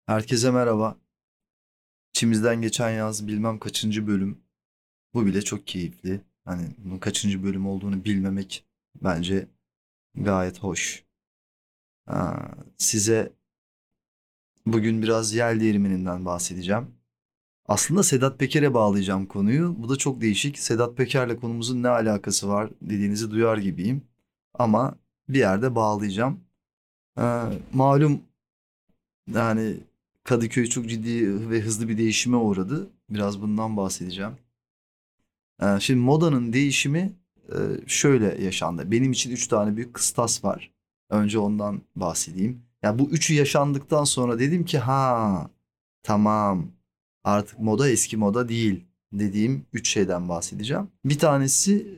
Herkese merhaba. İçimizden geçen yaz bilmem kaçıncı bölüm. Bu bile çok keyifli. Hani bunun kaçıncı bölüm olduğunu bilmemek bence gayet hoş. Size bugün biraz yel değirmeninden bahsedeceğim. Aslında Sedat Peker'e bağlayacağım konuyu. Bu da çok değişik. Sedat Peker'le konumuzun ne alakası var dediğinizi duyar gibiyim. Ama bir yerde bağlayacağım. Malum yani Kadıköy çok ciddi ve hızlı bir değişime uğradı. Biraz bundan bahsedeceğim. Şimdi modanın değişimi şöyle yaşandı. Benim için üç tane büyük kıstas var. Önce ondan bahsedeyim. Ya bu üçü yaşandıktan sonra dedim ki ha tamam artık moda eski moda değil dediğim üç şeyden bahsedeceğim. Bir tanesi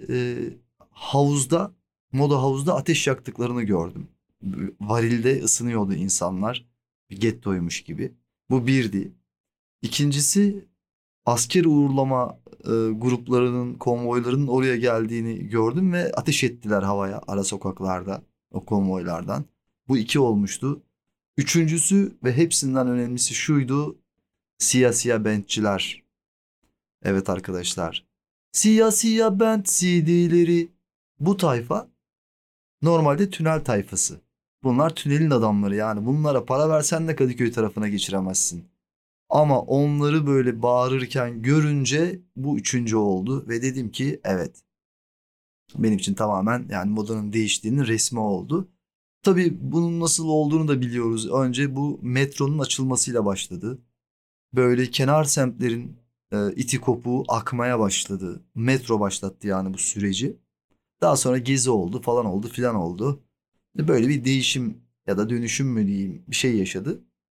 havuzda moda havuzda ateş yaktıklarını gördüm. Varilde ısınıyordu insanlar. Bir gettoymuş gibi. Bu birdi. İkincisi asker uğurlama gruplarının, konvoylarının oraya geldiğini gördüm ve ateş ettiler havaya ara sokaklarda o konvoylardan. Bu iki olmuştu. Üçüncüsü ve hepsinden önemlisi şuydu. Siyah siyah bandçiler. Evet arkadaşlar. Siyah siyah band CD'leri. Bu tayfa normalde tünel tayfası. Bunlar tünelin adamları yani. Bunlara para versen de Kadıköy tarafına geçiremezsin. Ama onları böyle bağırırken görünce bu üçüncü oldu ve dedim ki evet benim için tamamen yani modanın değiştiğinin resmi oldu. Tabii bunun nasıl olduğunu da biliyoruz. Önce bu metronun açılmasıyla başladı. Böyle kenar semtlerin iti kopuğu akmaya başladı. Metro başlattı yani bu süreci. Daha sonra gezi oldu falan oldu filan oldu. Böyle bir değişim ya da dönüşüm mü diyeyim bir şey yaşadı.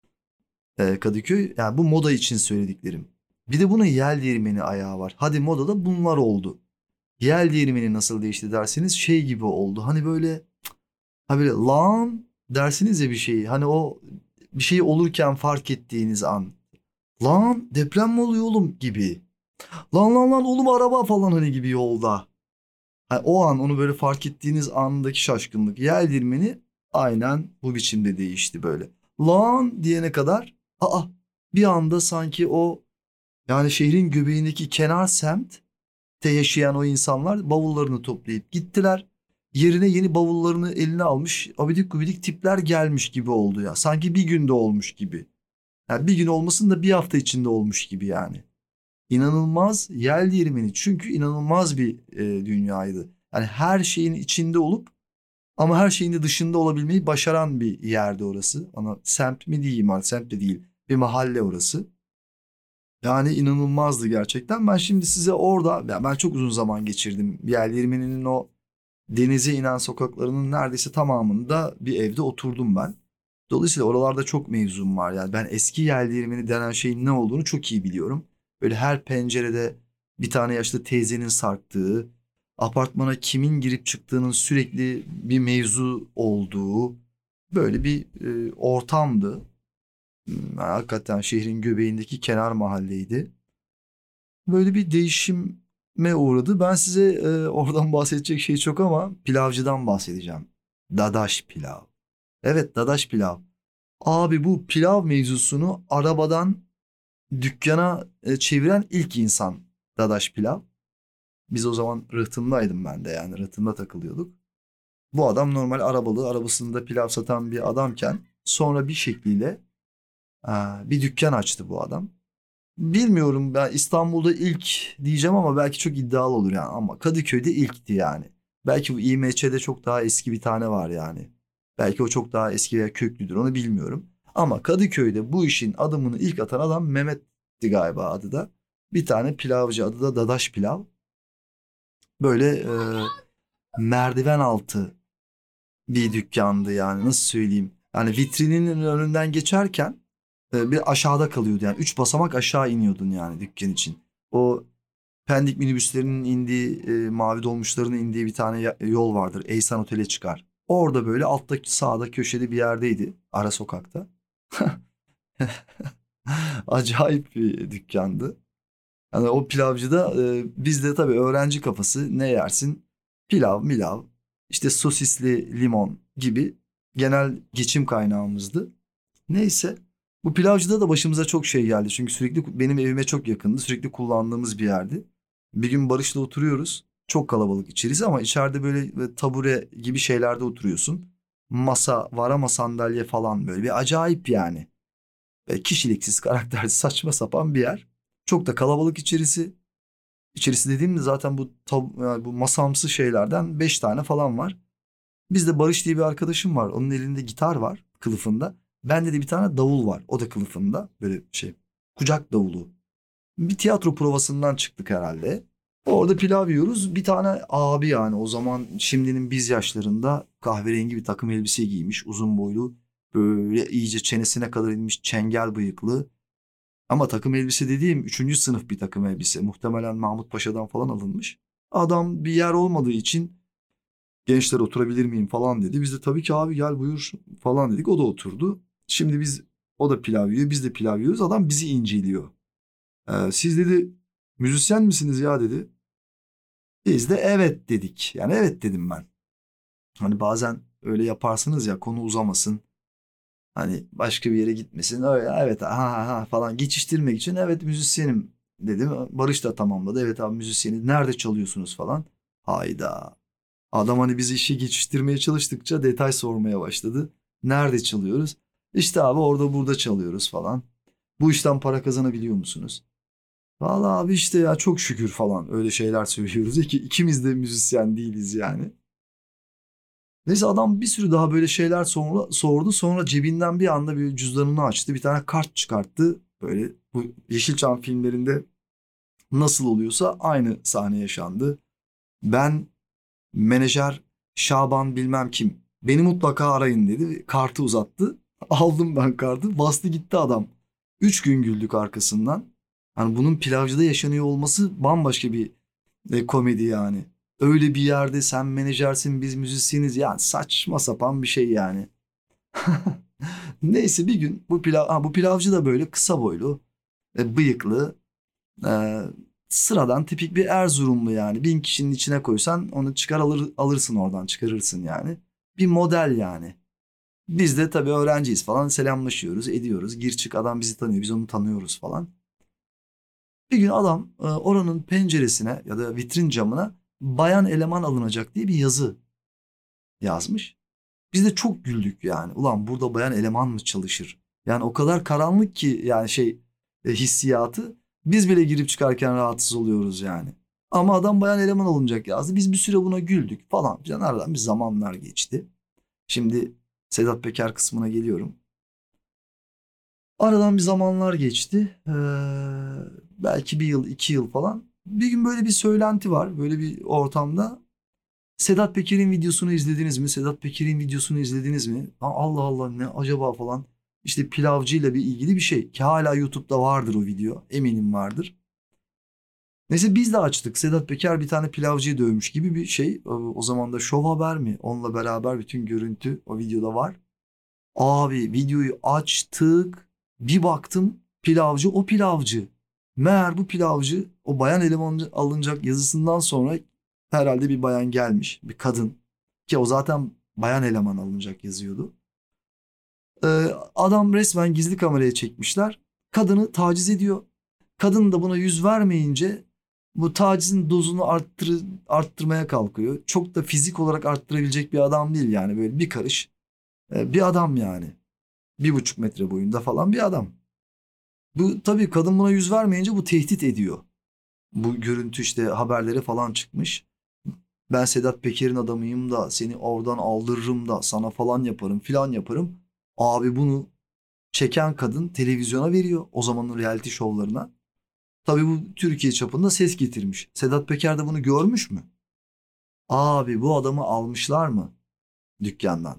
Kadıköy. Yani bu moda için söylediklerim. Bir de bunun yel değirmeni ayağı var. Hadi modada bunlar oldu. Yel değirmeni nasıl değişti derseniz şey gibi oldu. Hani böyle ha böyle lan dersiniz ya bir şeyi. Hani o bir şey olurken fark ettiğiniz an. Lan deprem mi oluyor oğlum gibi. Lan oğlum araba falan hani gibi yolda. Hani o an onu böyle fark ettiğiniz andaki şaşkınlık. Yel değirmeni aynen bu biçimde değişti böyle. Lan diyene kadar aa bir anda sanki o yani şehrin göbeğindeki kenar semtte yaşayan o insanlar bavullarını toplayıp gittiler. Yerine yeni bavullarını eline almış abidik gubidik tipler gelmiş gibi oldu ya. Sanki bir günde olmuş gibi. Yani bir gün olmasın da bir hafta içinde olmuş gibi yani. İnanılmaz yel değirmeni çünkü inanılmaz bir dünyaydı. Yani her şeyin içinde olup ama her şeyin de dışında olabilmeyi başaran bir yerdi orası. Ana semt mi diyeyim artık semt de değil. Bir mahalle orası. Yani inanılmazdı gerçekten. Ben şimdi size orada ya ben çok uzun zaman geçirdim. Yerleriminin o denize inen sokaklarının neredeyse tamamında bir evde oturdum ben. Dolayısıyla oralarda çok mevzum var. Yani ben eski yerlerimini denen şeyin ne olduğunu çok iyi biliyorum. Böyle her pencerede bir tane yaşlı teyzenin sarktığı, apartmana kimin girip çıktığının sürekli bir mevzu olduğu böyle bir ortamdı. Hakikaten şehrin göbeğindeki kenar mahalleydi. Böyle bir değişime uğradı. Ben size oradan bahsedecek şey çok ama pilavcıdan bahsedeceğim. Dadaş pilav. Evet Dadaş pilav. Abi bu pilav mevzusunu arabadan dükkana çeviren ilk insan Dadaş pilav. Biz o zaman rıhtımdaydım ben de yani rıhtımda takılıyorduk. Bu adam normal arabalı arabasında pilav satan bir adamken sonra bir şekliyle bir dükkan açtı bu adam. Bilmiyorum ben İstanbul'da ilk diyeceğim ama belki çok iddialı olur yani ama Kadıköy'de ilkti yani. Belki bu İMÇ'de çok daha eski bir tane var yani. Belki o çok daha eski veya köklüdür onu bilmiyorum. Ama Kadıköy'de bu işin adımını ilk atan adam Mehmet'ti galiba adı da. Bir tane pilavcı adı da Dadaş Pilav. Böyle merdiven altı bir dükkandı yani nasıl söyleyeyim. Yani vitrininin önünden geçerken bir aşağıda kalıyordu yani. Üç basamak aşağı iniyordun yani dükkan için. O Pendik minibüslerinin indiği, mavi dolmuşların indiği bir tane yol vardır. Eysan Otel'e çıkar. Orada böyle alttaki sağda köşede bir yerdeydi. Ara sokakta. Acayip bir dükkandı. Yani o pilavcıda biz de tabii öğrenci kafası ne yersin? Pilav, milav, işte sosisli limon gibi genel geçim kaynağımızdı. Neyse Bu pilavcıda da başımıza çok şey geldi. Çünkü sürekli benim evime çok yakındı. Sürekli kullandığımız bir yerdi. Bir gün Barış'la oturuyoruz. Çok kalabalık içeriz ama içeride böyle tabure gibi şeylerde oturuyorsun. Masa var ama sandalye falan böyle bir acayip yani. Kişiliksiz, karaktersiz, saçma sapan bir yer. Çok da kalabalık içerisi. İçerisi dediğimde zaten yani bu masamsı şeylerden 5 tane falan var. Bizde Barış diye bir arkadaşım var. Onun elinde gitar var kılıfında. Bende de bir tane davul var. O da kılıfında. Böyle şey, kucak davulu. Bir tiyatro provasından çıktık herhalde. Orada pilav yiyoruz. Bir tane abi yani o zaman şimdinin biz yaşlarında kahverengi bir takım elbise giymiş. Uzun boylu, böyle iyice çenesine kadar inmiş, çengel bıyıklı. Ama takım elbise dediğim üçüncü sınıf bir takım elbise. Muhtemelen Mahmut Paşa'dan falan alınmış. Adam bir yer olmadığı için gençler oturabilir miyim falan dedi. Biz de tabii ki abi gel buyur falan dedik. O da oturdu. Şimdi o da pilav yiyor, biz de pilav yiyoruz. Adam bizi inceliyor. Siz dedi müzisyen misiniz ya dedi. Biz de evet dedik. Yani evet dedim ben. Hani bazen öyle yaparsınız ya, konu uzamasın. Hani başka bir yere gitmesin. Öyle evet ha ha ha falan geçiştirmek için evet müzisyenim dedim. Barış da tamamladı. Evet abi müzisyeniz. Nerede çalıyorsunuz falan. Hayda. Adam hani bizi işi geçiştirmeye çalıştıkça detay sormaya başladı. Nerede çalıyoruz? İşte abi orada burada çalıyoruz falan. Bu işten para kazanabiliyor musunuz? Vallahi abi işte ya çok şükür falan öyle şeyler söylüyoruz. İkimiz de müzisyen değiliz yani. Neyse adam bir sürü daha böyle şeyler sordu. Sonra cebinden bir anda bir cüzdanını açtı. Bir tane kart çıkarttı. Böyle bu Yeşilçam filmlerinde nasıl oluyorsa aynı sahne yaşandı. Ben menajer Şaban bilmem kim. Beni mutlaka arayın dedi. Kartı uzattı. Aldım ben kartı. Bastı gitti adam. 3 gün güldük arkasından. Hani bunun pilavcıda yaşanıyor olması bambaşka bir komedi yani. Öyle bir yerde sen menajersin biz müzisyeniz. Yani saçma sapan bir şey yani. Neyse bir gün bu pilavcı da böyle kısa boylu, bıyıklı, e, sıradan tipik bir Erzurumlu yani. 1000 kişinin içine koysan onu alırsın oradan çıkarırsın yani. Bir model yani. Biz de tabii öğrenciyiz falan selamlaşıyoruz ediyoruz. Gir çık adam bizi tanıyor biz onu tanıyoruz falan. Bir gün adam oranın penceresine ya da vitrin camına bayan eleman alınacak diye bir yazı yazmış. Biz de çok güldük yani. Ulan burada bayan eleman mı çalışır? Yani o kadar karanlık ki yani hissiyatı. Biz bile girip çıkarken rahatsız oluyoruz yani. Ama adam bayan eleman alınacak yazdı. Biz bir süre buna güldük falan filan. Aradan bir zamanlar geçti. Şimdi Sedat Peker kısmına geliyorum. Aradan bir zamanlar geçti. Belki bir yıl, 2 yıl falan. Bir gün böyle bir söylenti var. Böyle bir ortamda. Sedat Peker'in videosunu izlediniz mi? Sedat Peker'in videosunu izlediniz mi? Allah Allah ne acaba falan. İşte pilavcıyla bir ilgili bir şey. Ki hala YouTube'da vardır o video. Eminim vardır. Neyse biz de açtık. Sedat Peker bir tane pilavcıyı dövmüş gibi bir şey. O zaman da Şov Haber mi? Onunla beraber bütün görüntü o videoda var. Abi videoyu açtık. Bir baktım pilavcı o pilavcı. Meğer bu pilavcı o bayan eleman alınacak yazısından sonra herhalde bir bayan gelmiş. Bir kadın. Ki o zaten bayan eleman alınacak yazıyordu. Ee, Adam resmen gizli kameraya çekmişler. Kadını taciz ediyor. Kadın da buna yüz vermeyince bu tacizin dozunu arttırmaya kalkıyor. Çok da fizik olarak arttırabilecek bir adam değil yani böyle bir karış. Bir adam yani. 1,5 metre boyunda falan bir adam. Bu tabii kadın buna yüz vermeyince bu tehdit ediyor. Bu görüntü işte haberlere falan çıkmış. Ben Sedat Peker'in adamıyım da seni oradan aldırırım da sana falan yaparım filan yaparım. Abi bunu çeken kadın televizyona veriyor o zamanın reality şovlarına. Tabii bu Türkiye çapında ses getirmiş. Sedat Peker de bunu görmüş mü? Abi bu adamı almışlar mı dükkandan?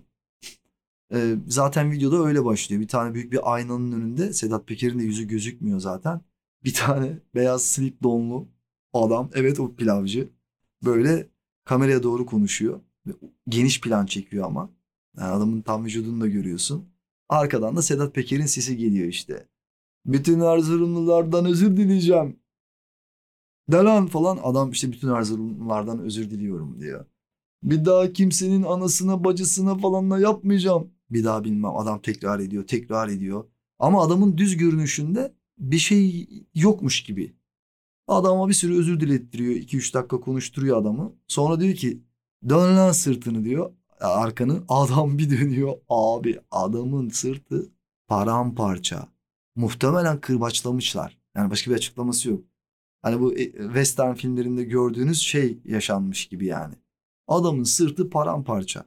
Zaten videoda öyle başlıyor. Bir tane büyük bir aynanın önünde Sedat Peker'in de yüzü gözükmüyor zaten. Bir tane beyaz slip donlu adam. Evet o pilavcı. Böyle kameraya doğru konuşuyor. Geniş plan çekiyor ama. Yani adamın tam vücudunu da görüyorsun. Arkadan da Sedat Peker'in sesi geliyor işte. Bütün Erzurumlulardan özür dileyeceğim. De lan falan. Adam işte bütün Erzurumlulardan özür diliyorum diyor. Bir daha kimsenin anasına bacısına falanla yapmayacağım. Bir daha bilmem adam tekrar ediyor tekrar ediyor. Ama adamın düz görünüşünde bir şey yokmuş gibi. Adama bir sürü özür dilettiriyor. 2-3 dakika konuşturuyor adamı. Sonra diyor ki dön lan sırtını diyor. Arkanı. Adam bir dönüyor. Abi adamın sırtı paramparça. Muhtemelen kırbaçlamışlar. Yani başka bir açıklaması yok. Hani bu western filmlerinde gördüğünüz şey yaşanmış gibi yani. Adamın sırtı paramparça.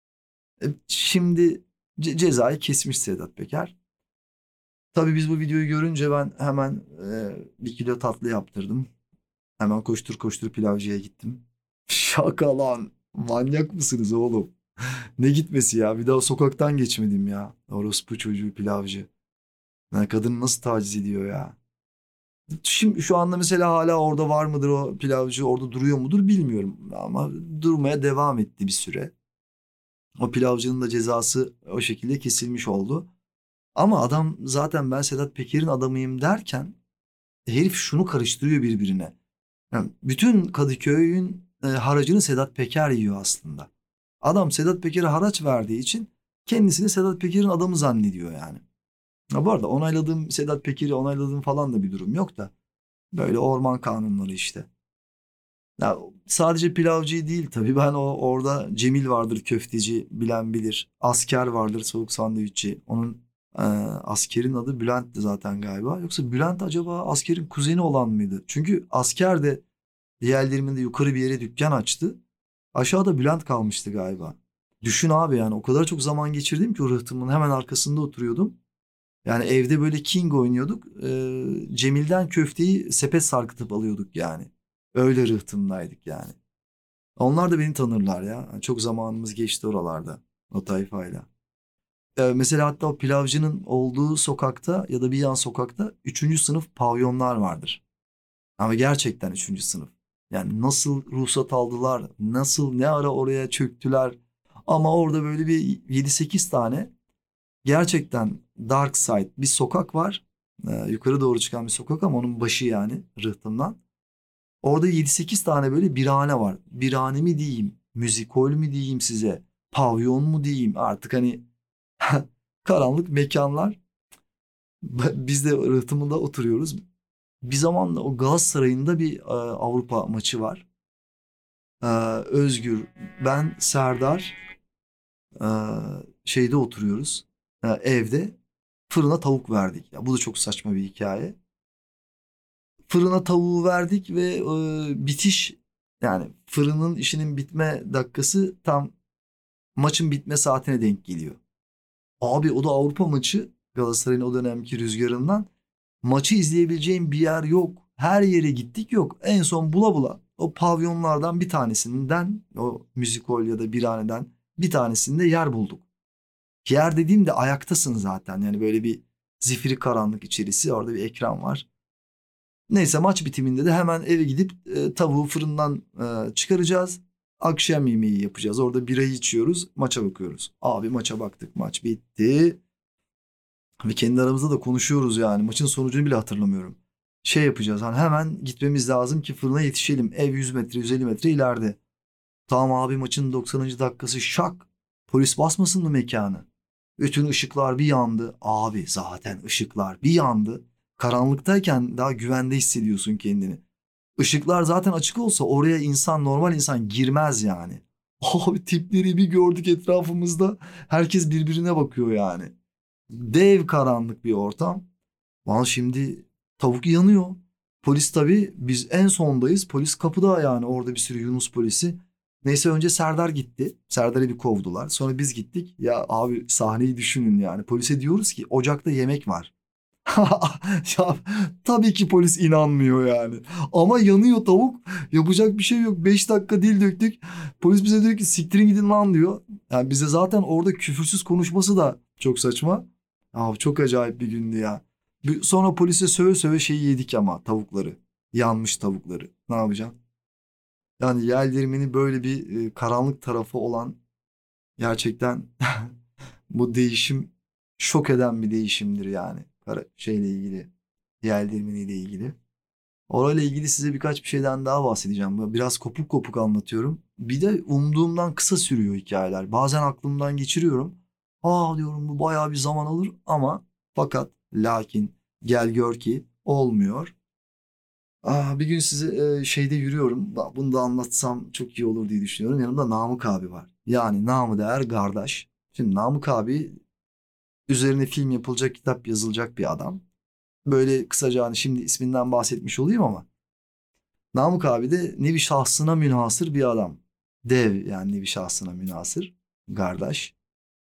Şimdi cezayı kesmiş Sedat Peker. Tabii biz bu videoyu görünce ben hemen 1 kilo tatlı yaptırdım. Hemen koştur koştur pilavcıya gittim. Şaka lan. Manyak mısınız oğlum? Ne gitmesi ya? Bir daha sokaktan geçmedim ya. Orospu çocuğu pilavcı. Yani kadını nasıl taciz ediyor ya? Şimdi şu anda mesela hala orada var mıdır o pilavcı? Orada duruyor mudur bilmiyorum. Ama durmaya devam etti bir süre. O pilavcının da cezası o şekilde kesilmiş oldu. Ama adam zaten ben Sedat Peker'in adamıyım derken herif şunu karıştırıyor birbirine. Yani bütün Kadıköy'ün haracını Sedat Peker yiyor aslında. Adam Sedat Peker'e haraç verdiği için kendisini Sedat Peker'in adamı zannediyor yani. Ha, bu arada onayladığım Sedat Peker'i onayladığım falan da bir durum yok da. Böyle orman kanunları işte. Ya, sadece pilavcı değil tabii. Ben orada Cemil vardır köfteci bilen bilir. Asker vardır soğuk sandviççi. Onun askerin adı Bülent'ti zaten galiba. Yoksa Bülent acaba askerin kuzeni olan mıydı? Çünkü asker de diğerlerinin de yukarı bir yere dükkan açtı. Aşağıda Bülent kalmıştı galiba. Düşün abi yani o kadar çok zaman geçirdim ki o rıhtımın hemen arkasında oturuyordum. Yani evde böyle King oynuyorduk. Cemil'den köfteyi sepet sarkıtıp alıyorduk yani. Öyle rıhtımdaydık yani. Onlar da beni tanırlar ya. Yani çok zamanımız geçti oralarda. O tayfayla. Mesela hatta o pilavcının olduğu sokakta ya da bir yan sokakta 3. sınıf pavyonlar vardır. Ama gerçekten 3. sınıf. Yani nasıl ruhsat aldılar, nasıl ne ara oraya çöktüler. Ama orada böyle bir 7-8 tane gerçekten dark side bir sokak var. Yukarı doğru çıkan bir sokak ama onun başı yani rıhtımdan. Orada 7-8 tane böyle birahane var. Birahane mi diyeyim, müzikol mi diyeyim size, pavyon mu diyeyim artık hani karanlık mekanlar. Biz de rıhtımında oturuyoruz. Bir zamanla o Galatasaray'ın da bir Avrupa maçı var. Özgür, ben, Serdar e, şeyde oturuyoruz. Evde fırına tavuk verdik. Ya bu da çok saçma bir hikaye. Fırına tavuğu verdik ve bitiş yani fırının işinin bitme dakikası tam maçın bitme saatine denk geliyor. Abi o da Avrupa maçı Galatasaray'ın o dönemki rüzgarından maçı izleyebileceğim bir yer yok. Her yere gittik yok. En son bula bula o pavyonlardan bir tanesinden o müzikol ya da birhaneden bir tanesinde yer bulduk. Yer dediğimde ayaktasın zaten yani böyle bir zifiri karanlık içerisi orada bir ekran var. Neyse maç bitiminde de hemen eve gidip tavuğu fırından çıkaracağız. Akşam yemeği yapacağız. Orada birayı içiyoruz. Maça bakıyoruz. Abi maça baktık. Maç bitti. Ve kendi aramızda da konuşuyoruz yani. Maçın sonucunu bile hatırlamıyorum. Şey yapacağız. Hani hemen gitmemiz lazım ki fırına yetişelim. Ev 100 metre 150 metre ileride. Tamam abi maçın 90. dakikası şak. Polis basmasın mı mekanı? Bütün ışıklar bir yandı. Abi zaten ışıklar bir yandı. Karanlıktayken daha güvende hissediyorsun kendini. Işıklar zaten açık olsa oraya insan normal insan girmez yani. Abi tipleri bir gördük etrafımızda. Herkes birbirine bakıyor yani. Dev karanlık bir ortam. Lan şimdi tavuk yanıyor. Polis tabii biz en sondayız. Polis kapıda yani orada bir sürü Yunus polisi. Neyse önce Serdar gitti. Serdar'ı bir kovdular. Sonra biz gittik. Ya abi sahneyi düşünün yani. Polise diyoruz ki ocakta yemek var. Ya, tabii ki polis inanmıyor yani. Ama yanıyor tavuk. Yapacak bir şey yok. 5 dakika dil döktük. Polis bize diyor ki siktirin gidin lan diyor. Yani bize zaten orada küfürsüz konuşması da çok saçma. Abi çok acayip bir gündü ya. Sonra polise söve söve şeyi yedik ama tavukları. Yanmış tavukları. Ne yapacaksın? Yani yel değirmeni böyle bir karanlık tarafı olan gerçekten bu değişim şok eden bir değişimdir yani. Şeyle ilgili. Yel değirmeniyle ilgili. Orayla ilgili size birkaç bir şeyden daha bahsedeceğim. Biraz kopuk kopuk anlatıyorum. Bir de umduğumdan kısa sürüyor hikayeler. Bazen aklımdan geçiriyorum. Aa diyorum bu bayağı bir zaman alır ama fakat Lakin gel gör ki olmuyor. Bir gün size şeyde yürüyorum. Bunu da anlatsam çok iyi olur diye düşünüyorum. Yanımda Namık abi var. Yani namı değer kardeş. Şimdi Namık abi üzerine film yapılacak, kitap yazılacak bir adam. Böyle kısaca hani şimdi isminden bahsetmiş olayım ama Namık abi de nevi şahsına münhasır bir adam. Dev yani nevi şahsına münhasır. Kardeş.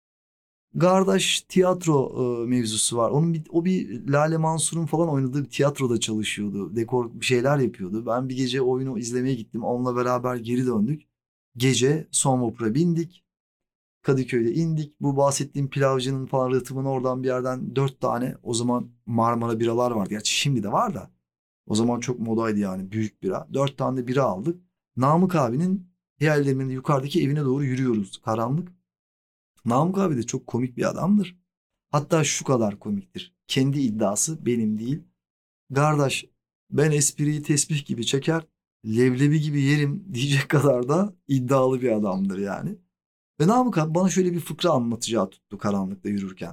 Gardaş tiyatro mevzusu var. O bir Lale Mansur'un falan oynadığı bir tiyatroda çalışıyordu. Dekor bir şeyler yapıyordu. Ben bir gece oyunu izlemeye gittim. Onunla beraber geri döndük. Gece son vapura bindik. Kadıköy'de indik. Bu bahsettiğim pilavcının falan rıhtımın oradan bir yerden 4 tane o zaman Marmara biralar vardı. Gerçi şimdi de var da. O zaman çok modaydı yani büyük bira. 4 tane de bira aldık. Namık abinin hayallerimin yukarıdaki evine doğru yürüyoruz. Karanlık. Namık abi de çok komik bir adamdır. Hatta şu kadar komiktir. Kendi iddiası benim değil. Kardeş ben espriyi tesbih gibi çeker, leblebi gibi yerim diyecek kadar da iddialı bir adamdır yani. Ve Namık abi bana şöyle bir fıkra anlatacağı tuttu karanlıkta yürürken.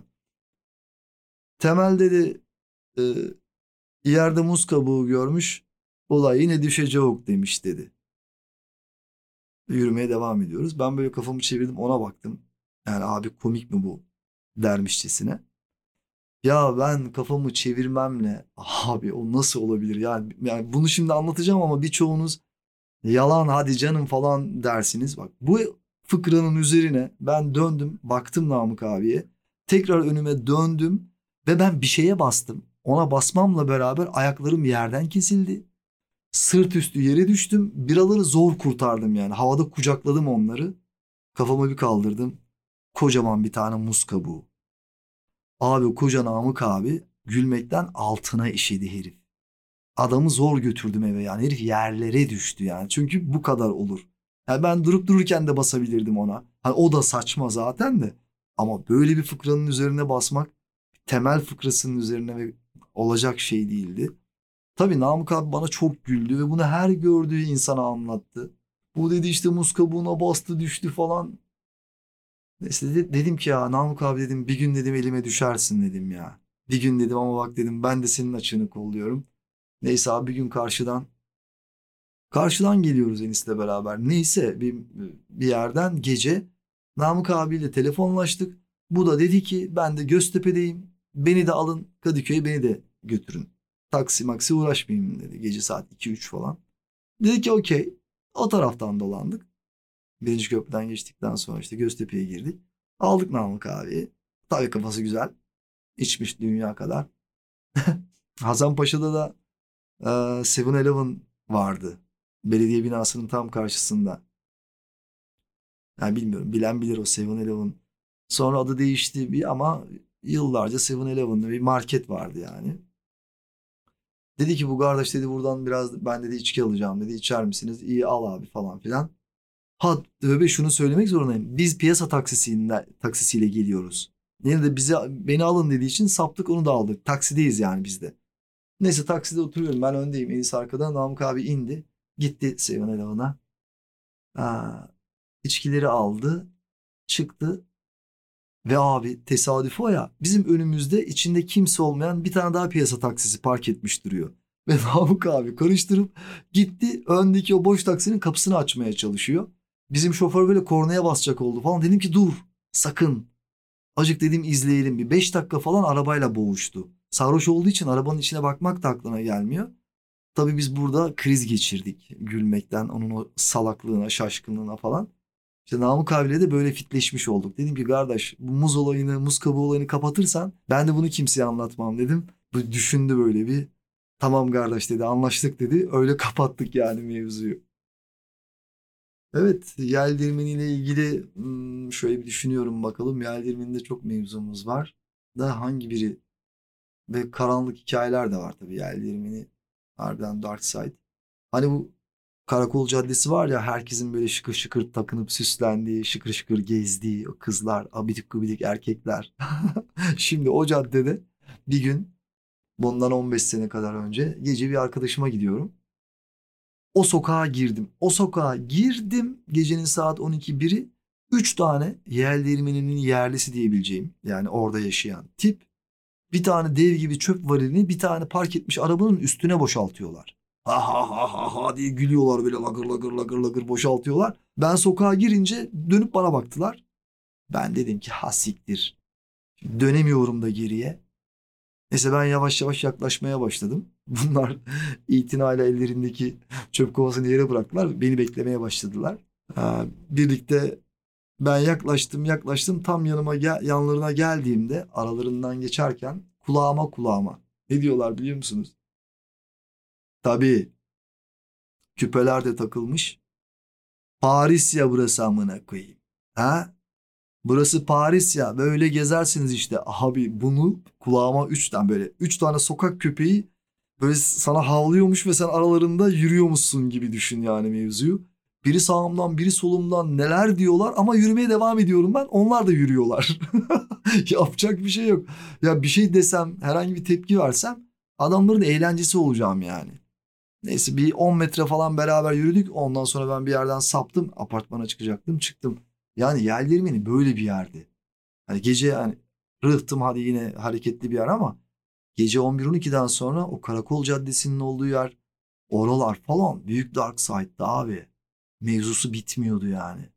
Temelde de e, yerde muz kabuğu görmüş, olay yine düşecek demiş dedi. Yürümeye devam ediyoruz. Ben böyle kafamı çevirdim ona baktım. Yani abi komik mi bu dermişçesine. Ya ben kafamı çevirmemle abi o nasıl olabilir yani bunu şimdi anlatacağım ama birçoğunuz yalan hadi canım falan dersiniz. Bak bu fıkranın üzerine ben döndüm baktım Namık abiye tekrar önüme döndüm ve ben bir şeye bastım. Ona basmamla beraber ayaklarım yerden kesildi. Sırt üstü yere düştüm. Biraları zor kurtardım yani. Havada kucakladım onları. Kafamı bir kaldırdım. Kocaman bir tane muz kabuğu. Abi koca Namık abi gülmekten altına işedi herif. Adamı zor götürdüm eve yani herif yerlere düştü yani. Çünkü bu kadar olur. Yani ben durup dururken de basabilirdim ona. Hani o da saçma zaten de. Ama böyle bir fıkranın üzerine basmak temel fıkrasının üzerine ve olacak şey değildi. Tabii Namık abi bana çok güldü ve bunu her gördüğü insana anlattı. Bu dedi işte muz kabuğuna bastı düştü falan. Neyse dedim ki ya Namık abi dedim bir gün dedim elime düşersin dedim ya. Bir gün dedim ama bak dedim ben de senin açığını kolluyorum. Neyse abi bir gün karşıdan geliyoruz Enis'le beraber. Neyse bir yerden gece Namık abiyle telefonlaştık. Bu da dedi ki ben de Göztepe'deyim. Beni de alın Kadıköy'e beni de götürün. Taksi maksi uğraşmayayım dedi. Gece saat 2-3 falan. Dedi ki okey. O taraftan dolandık. Birinci köprüden geçtikten sonra işte Göztepe'ye girdik. Aldık Namık abi. Tabii kafası güzel. İçmiş dünya kadar. Hasanpaşa'da da 7-Eleven vardı. Belediye binasının tam karşısında. Yani bilmiyorum bilen bilir o 7-Eleven. Sonra adı değişti bir ama yıllarca 7-Eleven'da bir market vardı yani. Dedi ki bu kardeş dedi buradan biraz ben dedi içki alacağım dedi. İçer misiniz? İyi al abi falan filan. Ha tövbe şunu söylemek zorundayım. Biz piyasa taksisiyle geliyoruz. Yine de beni alın dediği için saptık onu da aldık. Taksideyiz yani biz de. Neyse takside oturuyorum ben öndeyim. Enis arkada. Namık abi indi. Gitti 7-Eleven'a. Aa, içkileri aldı. Çıktı. Ve abi tesadüf o ya. Bizim önümüzde içinde kimse olmayan bir tane daha piyasa taksisi park etmiş duruyor. Ve Namık abi karıştırıp gitti öndeki o boş taksinin kapısını açmaya çalışıyor. Bizim şoför böyle kornaya basacak oldu falan. Dedim ki dur sakın. Acık dedim izleyelim bir 5 dakika falan arabayla boğuştu. Sarhoş olduğu için arabanın içine bakmak da aklına gelmiyor. Tabii biz burada kriz geçirdik gülmekten onun o salaklığına şaşkınlığına falan. İşte Namık abiyle de böyle fitleşmiş olduk. Dedim ki kardeş bu muz olayını muz kabuğu olayını kapatırsan ben de bunu kimseye anlatmam dedim. Bu düşündü böyle bir tamam kardeş dedi anlaştık dedi. Öyle kapattık yani mevzuyu. Evet, yel ile ilgili şöyle bir düşünüyorum bakalım. Yel değirmeninde çok mevzumuz var. Da hangi biri ve karanlık hikayeler de var tabii yel değirmeni. Harbiden Dark Side. Hani bu Karakol Caddesi var ya herkesin böyle şıkır şıkır takınıp süslendiği, şıkır şıkır gezdiği o kızlar, abidik gubidik erkekler. Şimdi o caddede bir gün bundan 15 sene kadar önce gece bir arkadaşıma gidiyorum. O sokağa girdim. O sokağa girdim gecenin saat 12-1'i. 3 tane yel değirmeninin yerlisi diyebileceğim yani orada yaşayan tip. Bir tane dev gibi çöp varilini bir tane park etmiş arabanın üstüne boşaltıyorlar. Ha ha ha ha ha diye gülüyorlar, böyle lagır lagır lagır lagır boşaltıyorlar. Ben sokağa girince dönüp bana baktılar. Ben dedim ki ha siktir. Dönemiyorum da geriye. Neyse ben yavaş yavaş yaklaşmaya başladım. Bunlar itinayla ellerindeki çöp kovasını yere bıraktılar. Beni beklemeye başladılar. Birlikte ben yaklaştım. Tam yanlarına geldiğimde aralarından geçerken kulağıma. Ne diyorlar biliyor musunuz? Tabii küpeler de takılmış. Paris ya burası amına koyayım. Ha? Burası Paris ya. Böyle gezersiniz işte. Abi bunu kulağıma böyle 3 tane sokak köpeği böyle sana havlıyormuş ve sen aralarında yürüyormuşsun gibi düşün yani mevzuyu. Biri sağımdan biri solumdan neler diyorlar ama yürümeye devam ediyorum ben. Onlar da yürüyorlar. Yapacak bir şey yok. Ya bir şey desem, herhangi bir tepki versem adamların eğlencesi olacağım yani. Neyse bir 10 metre falan beraber yürüdük. Ondan sonra ben bir yerden saptım. Apartmana çıkacaktım. Çıktım. Yani Yeldirmeni böyle bir yerdi. Hani gece yani rıhtım, hadi yine hareketli bir yer ama gece 11-12'den sonra o Karakol Caddesi'nin olduğu yer, oralar falan büyük dark side'da abi. Mevzusu bitmiyordu yani.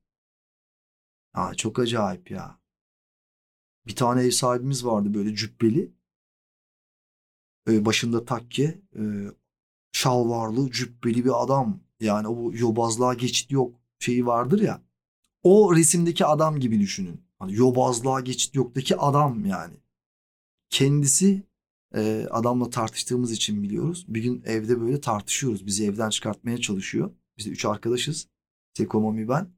Ha, çok acayip ya. Bir tane ev sahibimiz vardı böyle cübbeli. Başında takke. Şalvarlı, cübbeli bir adam. Yani o yobazlığa geçit yok şeyi vardır ya. O resimdeki adam gibi düşünün. Hani yobazlığa geçit yoktaki adam yani. Kendisi adamla tartıştığımız için biliyoruz. Bir gün evde böyle tartışıyoruz. Bizi evden çıkartmaya çalışıyor. Biz de 3 arkadaşız. Seko, Mami, ben.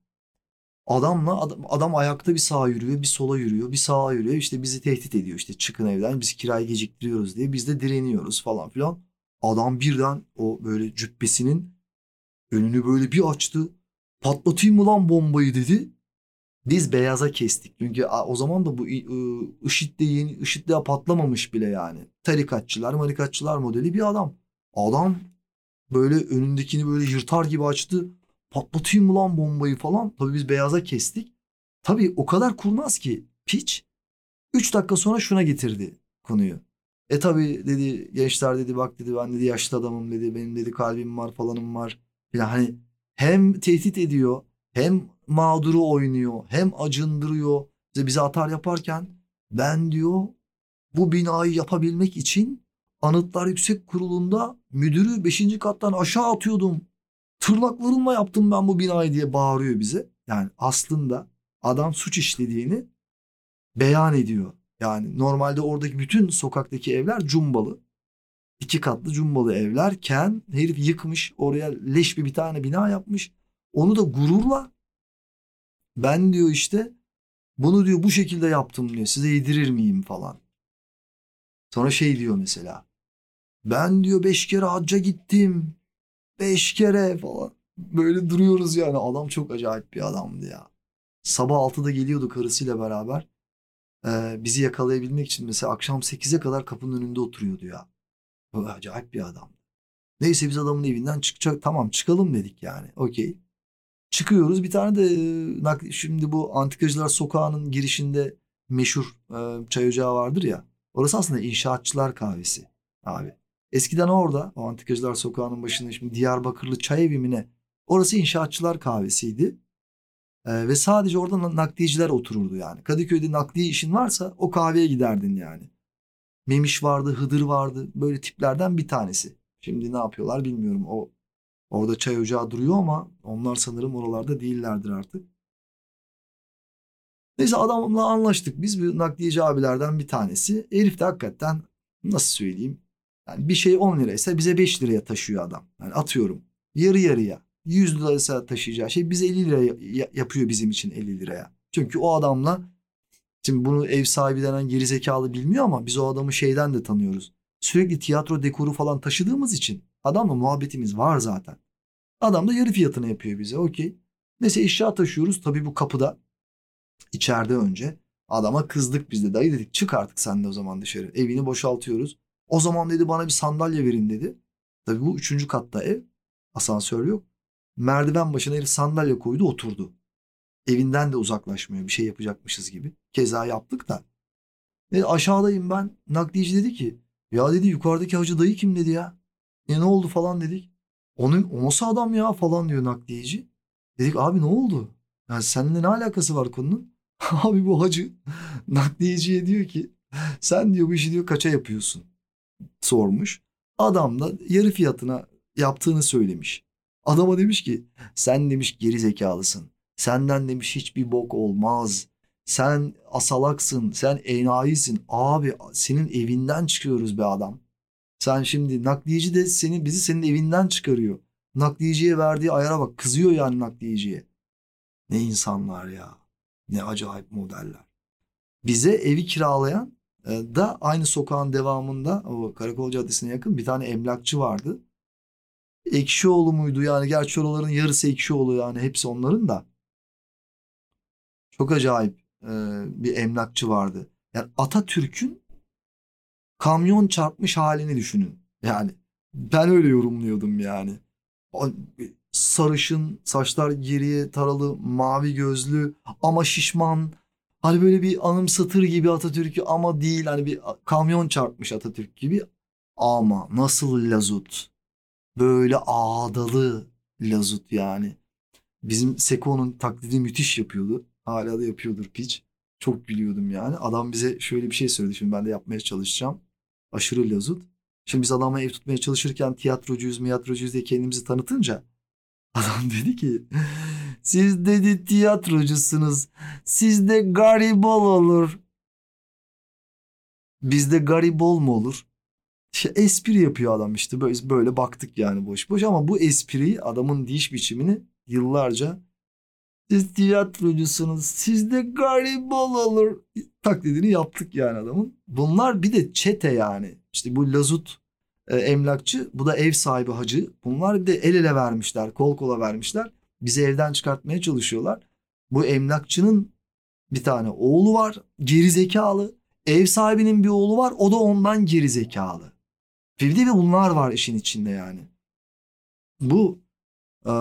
Adam ayakta bir sağa yürüyor, bir sola yürüyor, bir sağa yürüyor. İşte bizi tehdit ediyor. İşte çıkın evden, biz kirayı geciktiriyoruz diye. Biz de direniyoruz falan filan. Adam birden o böyle cübbesinin önünü böyle bir açtı. Patlatayım mı lan bombayı dedi. Biz beyaza kestik. Çünkü o zaman da bu IŞİD daha patlamamış bile yani. Marikatçılar modeli bir adam. Adam böyle önündekini böyle yırtar gibi açtı. Patlatayım mı lan bombayı falan. Tabii biz beyaza kestik. Tabii o kadar kurnaz ki piç. 3 dakika sonra şuna getirdi konuyu. Tabii dedi, gençler dedi, bak dedi, ben dedi yaşlı adamım dedi. Benim dedi kalbim var falanım var. Yani hani hem tehdit ediyor, hem mağduru oynuyor, hem acındırıyor. İşte bize atar yaparken ben diyor bu binayı yapabilmek için Anıtlar Yüksek Kurulu'nda müdürü 5. kattan aşağı atıyordum. Tırnaklarımla yaptım ben bu binayı diye bağırıyor bize. Yani aslında adam suç işlediğini beyan ediyor. Yani normalde oradaki bütün sokaktaki evler cumbalı. 2 katlı cumbalı evlerken herif yıkmış, oraya leş bir tane bina yapmış. Onu da gururla ben diyor işte bunu diyor bu şekilde yaptım diyor. Size yedirir miyim falan. Sonra şey diyor mesela. Ben diyor 5 kere hacca gittim. 5 kere falan. Böyle duruyoruz yani. Adam çok acayip bir adamdı ya. Sabah 6'da geliyordu karısıyla beraber. Bizi yakalayabilmek için mesela akşam 8'e kadar kapının önünde oturuyordu ya. Böyle acayip bir adam. Neyse biz adamın evinden çıkacak. Tamam çıkalım dedik yani. Okey. Çıkıyoruz. Bir tane de şimdi bu Antikacılar Sokağı'nın girişinde meşhur çay ocağı vardır ya. Orası aslında inşaatçılar kahvesi abi. Eskiden orada o Antikacılar Sokağı'nın başında şimdi Diyarbakırlı Çay Evi mi ne? Orası inşaatçılar kahvesiydi. Ve sadece orada nakliyeciler otururdu yani. Kadıköy'de nakliye işin varsa o kahveye giderdin yani. Memiş vardı, Hıdır vardı. Böyle tiplerden bir tanesi. Şimdi ne yapıyorlar bilmiyorum. Orada çay ocağı duruyor ama onlar sanırım oralarda değillerdir artık. Neyse adamla anlaştık. Biz bir nakliyeci abilerden bir tanesi. Herif de hakikaten nasıl söyleyeyim. Yani bir şey 10 liraysa bize 5 liraya taşıyor adam. Yani atıyorum yarı yarıya. 100 liraysa taşıyacağı şey bize 50 liraya yapıyor bizim için 50 liraya. Çünkü o adamla şimdi bunu ev sahibi denen gerizekalı bilmiyor ama biz o adamı şeyden de tanıyoruz. Sürekli tiyatro dekoru falan taşıdığımız için adamla muhabbetimiz var zaten. Adam da yarı fiyatına yapıyor bize. Okey. Neyse eşya taşıyoruz. Tabii bu kapıda içeride önce. Adama kızdık biz de. Dayı dedik çık artık sen de o zaman dışarı. Evini boşaltıyoruz. O zaman dedi bana bir sandalye verin dedi. Tabii bu 3. katta ev. Asansör yok. Merdiven başına herif sandalye koydu oturdu. Evinden de uzaklaşmıyor. Bir şey yapacakmışız gibi. Keza yaptık da. Aşağıdayım ben. Nakliyeci dedi ki ya dedi yukarıdaki hacı dayı kim dedi ya. Ne oldu falan dedik. O nasıl adam ya falan diyor nakliyeci. Dedik abi ne oldu? Yani seninle ne alakası var konunun? Abi bu hacı nakliyeciye diyor ki sen diyor bu işi diyor kaça yapıyorsun? Sormuş. Adam da yarı fiyatına yaptığını söylemiş. Adama demiş ki sen demiş geri zekalısın. Senden demiş hiçbir bok olmaz. Sen asalaksın, sen enayisin. Abi senin evinden çıkıyoruz be adam. Sen şimdi nakliyeci de bizi senin evinden çıkarıyor. Nakliyeciye verdiği ayara bak. Kızıyor yani nakliyeciye. Ne insanlar ya. Ne acayip modeller. Bize evi kiralayan da aynı sokağın devamında o Karakol Caddesi'ne yakın bir tane emlakçı vardı. Ekşioğlu muydu yani gerçi oraların yarısı Ekşioğlu yani hepsi onların da. Çok acayip bir emlakçı vardı. Yani Atatürk'ün kamyon çarpmış halini düşünün. Yani ben öyle yorumluyordum yani. Sarışın, saçlar geriye taralı, mavi gözlü ama şişman. Hani böyle bir anımsatır gibi Atatürk'ü ama değil. Hani bir kamyon çarpmış Atatürk gibi. Ama nasıl lazut. Böyle ağdalı lazut yani. Bizim Seko'nun taklidi müthiş yapıyordu. Hala da yapıyordur piç. Çok gülüyordum yani. Adam bize şöyle bir şey söyledi. Şimdi ben de yapmaya çalışacağım. Aşırı lazut. Şimdi biz adamla ev tutmaya çalışırken tiyatrocuyuz diye kendimizi tanıtınca adam dedi ki siz dedi tiyatrocusunuz. Sizde garibol olur. Bizde garibol mu olur? İşte espri yapıyor adam işte böyle baktık yani boş boş ama bu espriyi adamın diş biçimini yıllarca siz tiyatrocusunuz sizde garibol olur taklidini yaptık yani adamın. Bunlar bir de çete yani işte bu lazut emlakçı bu da ev sahibi hacı bunlar bir de el ele vermişler kol kola vermişler bizi evden çıkartmaya çalışıyorlar. Bu emlakçının bir tane oğlu var geri zekalı ev sahibinin bir oğlu var o da ondan geri zekalı. Bir de bunlar var işin içinde yani. Bu e,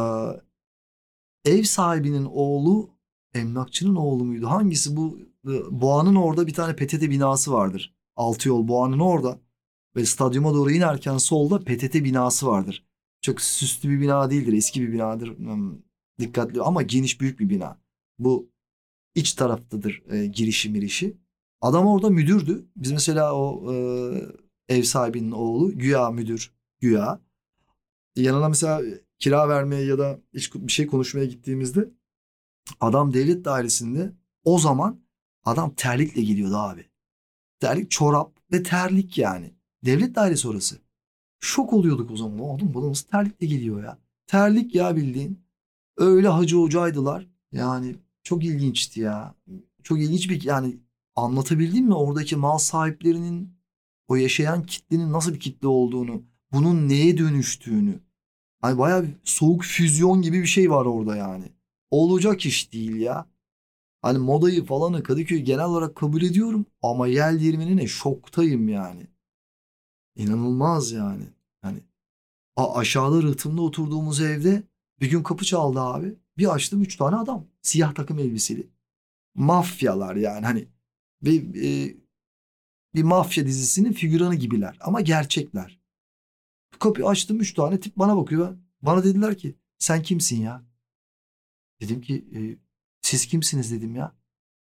ev sahibinin oğlu emlakçının oğlu muydu? Hangisi bu? Boğa'nın orada bir tane PTT binası vardır. Altı yol Boğa'nın orada. Ve stadyuma doğru inerken solda PTT binası vardır. Çok süslü bir bina değildir. Eski bir binadır. Dikkatli ama geniş büyük bir bina. Bu iç taraftadır girişi mirişi. Adam orada müdürdü. Biz mesela o ev sahibinin oğlu güya müdür. Güya. Yanına mesela kira vermeye ya da bir şey konuşmaya gittiğimizde adam devlet dairesinde o zaman adam terlikle geliyordu abi. Terlik, çorap ve terlik yani. Devlet dairesi orası. Şok oluyorduk o zaman. Oğlum bu nasıl terlikle geliyor ya? Terlik ya bildiğin. Öyle hacı hocaydılar. Yani çok ilginçti ya. Çok ilginç bir yani anlatabildim mi oradaki mal sahiplerinin o yaşayan kitlenin nasıl bir kitle olduğunu, bunun neye dönüştüğünü. Hani bayağı bir soğuk füzyon gibi bir şey var orada yani. Olacak iş değil ya. Hani modayı falanı Kadıköy'ü genel olarak kabul ediyorum ama yel değirmenine şoktayım yani. İnanılmaz yani. Hani aşağıda rıhtımda oturduğumuz evde bir gün kapı çaldı abi. Bir açtım 3 tane adam. Siyah takım elbiseli. Mafyalar yani hani bir, bir mafya dizisinin figüranı gibiler ama gerçekler. Kapıyı açtım 3 tane tip bana bakıyor. Bana dediler ki sen kimsin ya? Dedim ki siz kimsiniz dedim ya.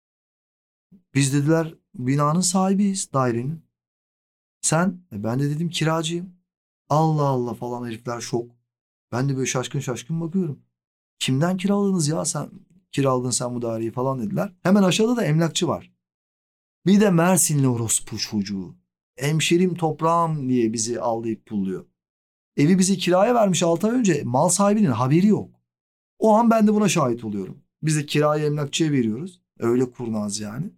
Biz dediler binanın sahibiyiz dairenin. Sen? Ben de dedim kiracıyım. Allah Allah falan herifler şok. Ben de böyle şaşkın şaşkın bakıyorum. Kimden kiraladınız ya sen? Kiraladın sen bu daireyi falan dediler. Hemen aşağıda da emlakçı var. Bir de Mersinli orospu çocuğu. Hemşerim toprağım diye bizi allayıp pulluyor. Evi bizi kiraya vermiş 6 ay önce mal sahibinin haberi yok. O an ben de buna şahit oluyorum. Biz de kirayı emlakçıya veriyoruz. Öyle kurnaz yani.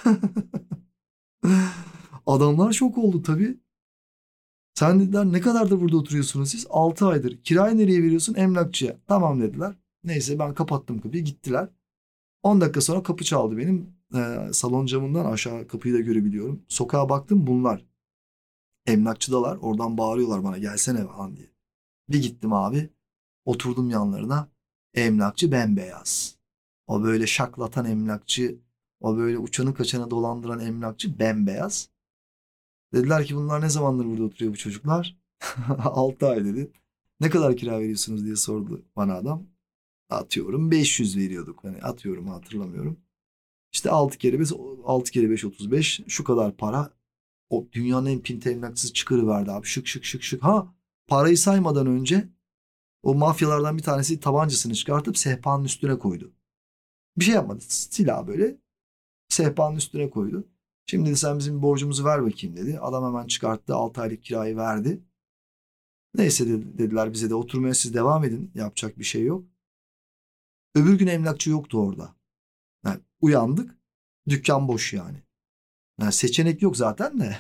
Adamlar şok oldu tabii. Sen dediler ne kadardır burada oturuyorsunuz siz? 6 aydır. Kirayı nereye veriyorsun? Emlakçıya. Tamam dediler. Neyse ben kapattım kapıyı gittiler. 10 dakika sonra kapı çaldı benim. Salon camından aşağı kapıyı da görebiliyorum. Sokağa baktım bunlar. Emlakçıdalar. Oradan bağırıyorlar bana gelsene falan diye. Bir gittim abi. Oturdum yanlarına. Emlakçı bembeyaz. O böyle şaklatan emlakçı. O böyle uçanı kaçanı dolandıran emlakçı bembeyaz. Dediler ki bunlar ne zamandır burada oturuyor bu çocuklar? 6 ay dedi. Ne kadar kira veriyorsunuz diye sordu bana adam. Atıyorum 500 veriyorduk. Hani atıyorum hatırlamıyorum. İşte 6 kere 5, 6 kere 5 35 şu kadar para. O dünyanın en pinti emlakçısı çıkarıverdi abi. Şık şık şık şık. Ha, parayı saymadan önce o mafyalardan bir tanesi tabancasını çıkartıp sehpanın üstüne koydu. Bir şey yapmadı. Silah böyle sehpanın üstüne koydu. Şimdi dedi sen bizim borcumuzu ver bakayım dedi. Adam hemen çıkarttı 6 aylık kirayı verdi. Neyse dediler bize de oturmaya siz devam edin. Yapacak bir şey yok. Öbür gün emlakçı yoktu orada. Yani uyandık. Dükkan boş yani. Yani seçenek yok zaten de.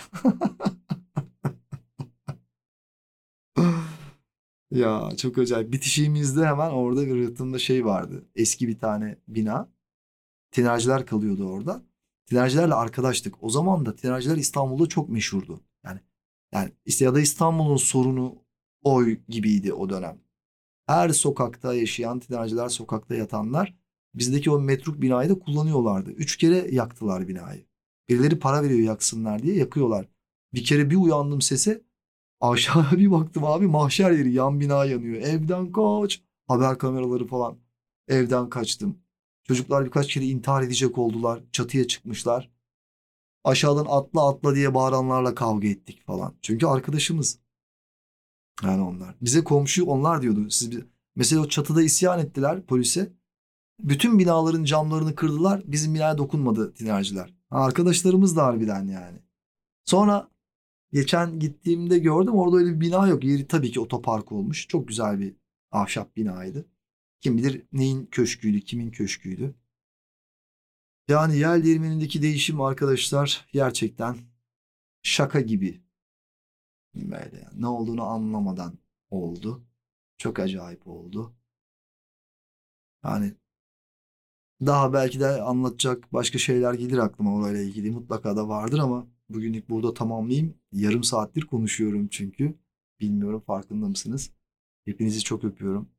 Ya çok acayip. Bitişiğimizde hemen orada bir rıhtımda şey vardı. Eski bir tane bina. Tinerciler kalıyordu orada. Tinercilerle arkadaştık. O zaman da tinerciler İstanbul'da çok meşhurdu. Yani işte ya da İstanbul'un sorunu o gibiydi o dönem. Her sokakta yaşayan tinerciler, sokakta yatanlar bizdeki o metruk binayı da kullanıyorlardı. 3 kere yaktılar binayı. Birileri para veriyor yaksınlar diye yakıyorlar. Bir kere bir uyandım sese, aşağıya bir baktım abi, mahşer yeri, yan bina yanıyor. Evden kaç. Haber kameraları falan. Evden kaçtım. Çocuklar birkaç kere intihar edecek oldular. Çatıya çıkmışlar. Aşağıdan atla atla diye bağıranlarla kavga ettik falan. Çünkü arkadaşımız. Yani onlar. Bize komşu onlar diyordu. Mesela o çatıda isyan ettiler polise. Bütün binaların camlarını kırdılar. Bizim binaya dokunmadı tinerciler. Arkadaşlarımız da harbiden yani. Sonra geçen gittiğimde gördüm, orada öyle bir bina yok. Yeri tabii ki otopark olmuş. Çok güzel bir ahşap binaydı. Kim bilir neyin köşküydü, kimin köşküydü. Yani yer değirmenindeki değişim arkadaşlar gerçekten şaka gibi. Böyle yani. Ne olduğunu anlamadan oldu. Çok acayip oldu. Yani daha belki de anlatacak başka şeyler gelir aklıma orayla ilgili. Mutlaka da vardır ama bugünlük burada tamamlayayım. Yarım saattir konuşuyorum çünkü. Bilmiyorum farkında mısınız? Hepinizi çok öpüyorum.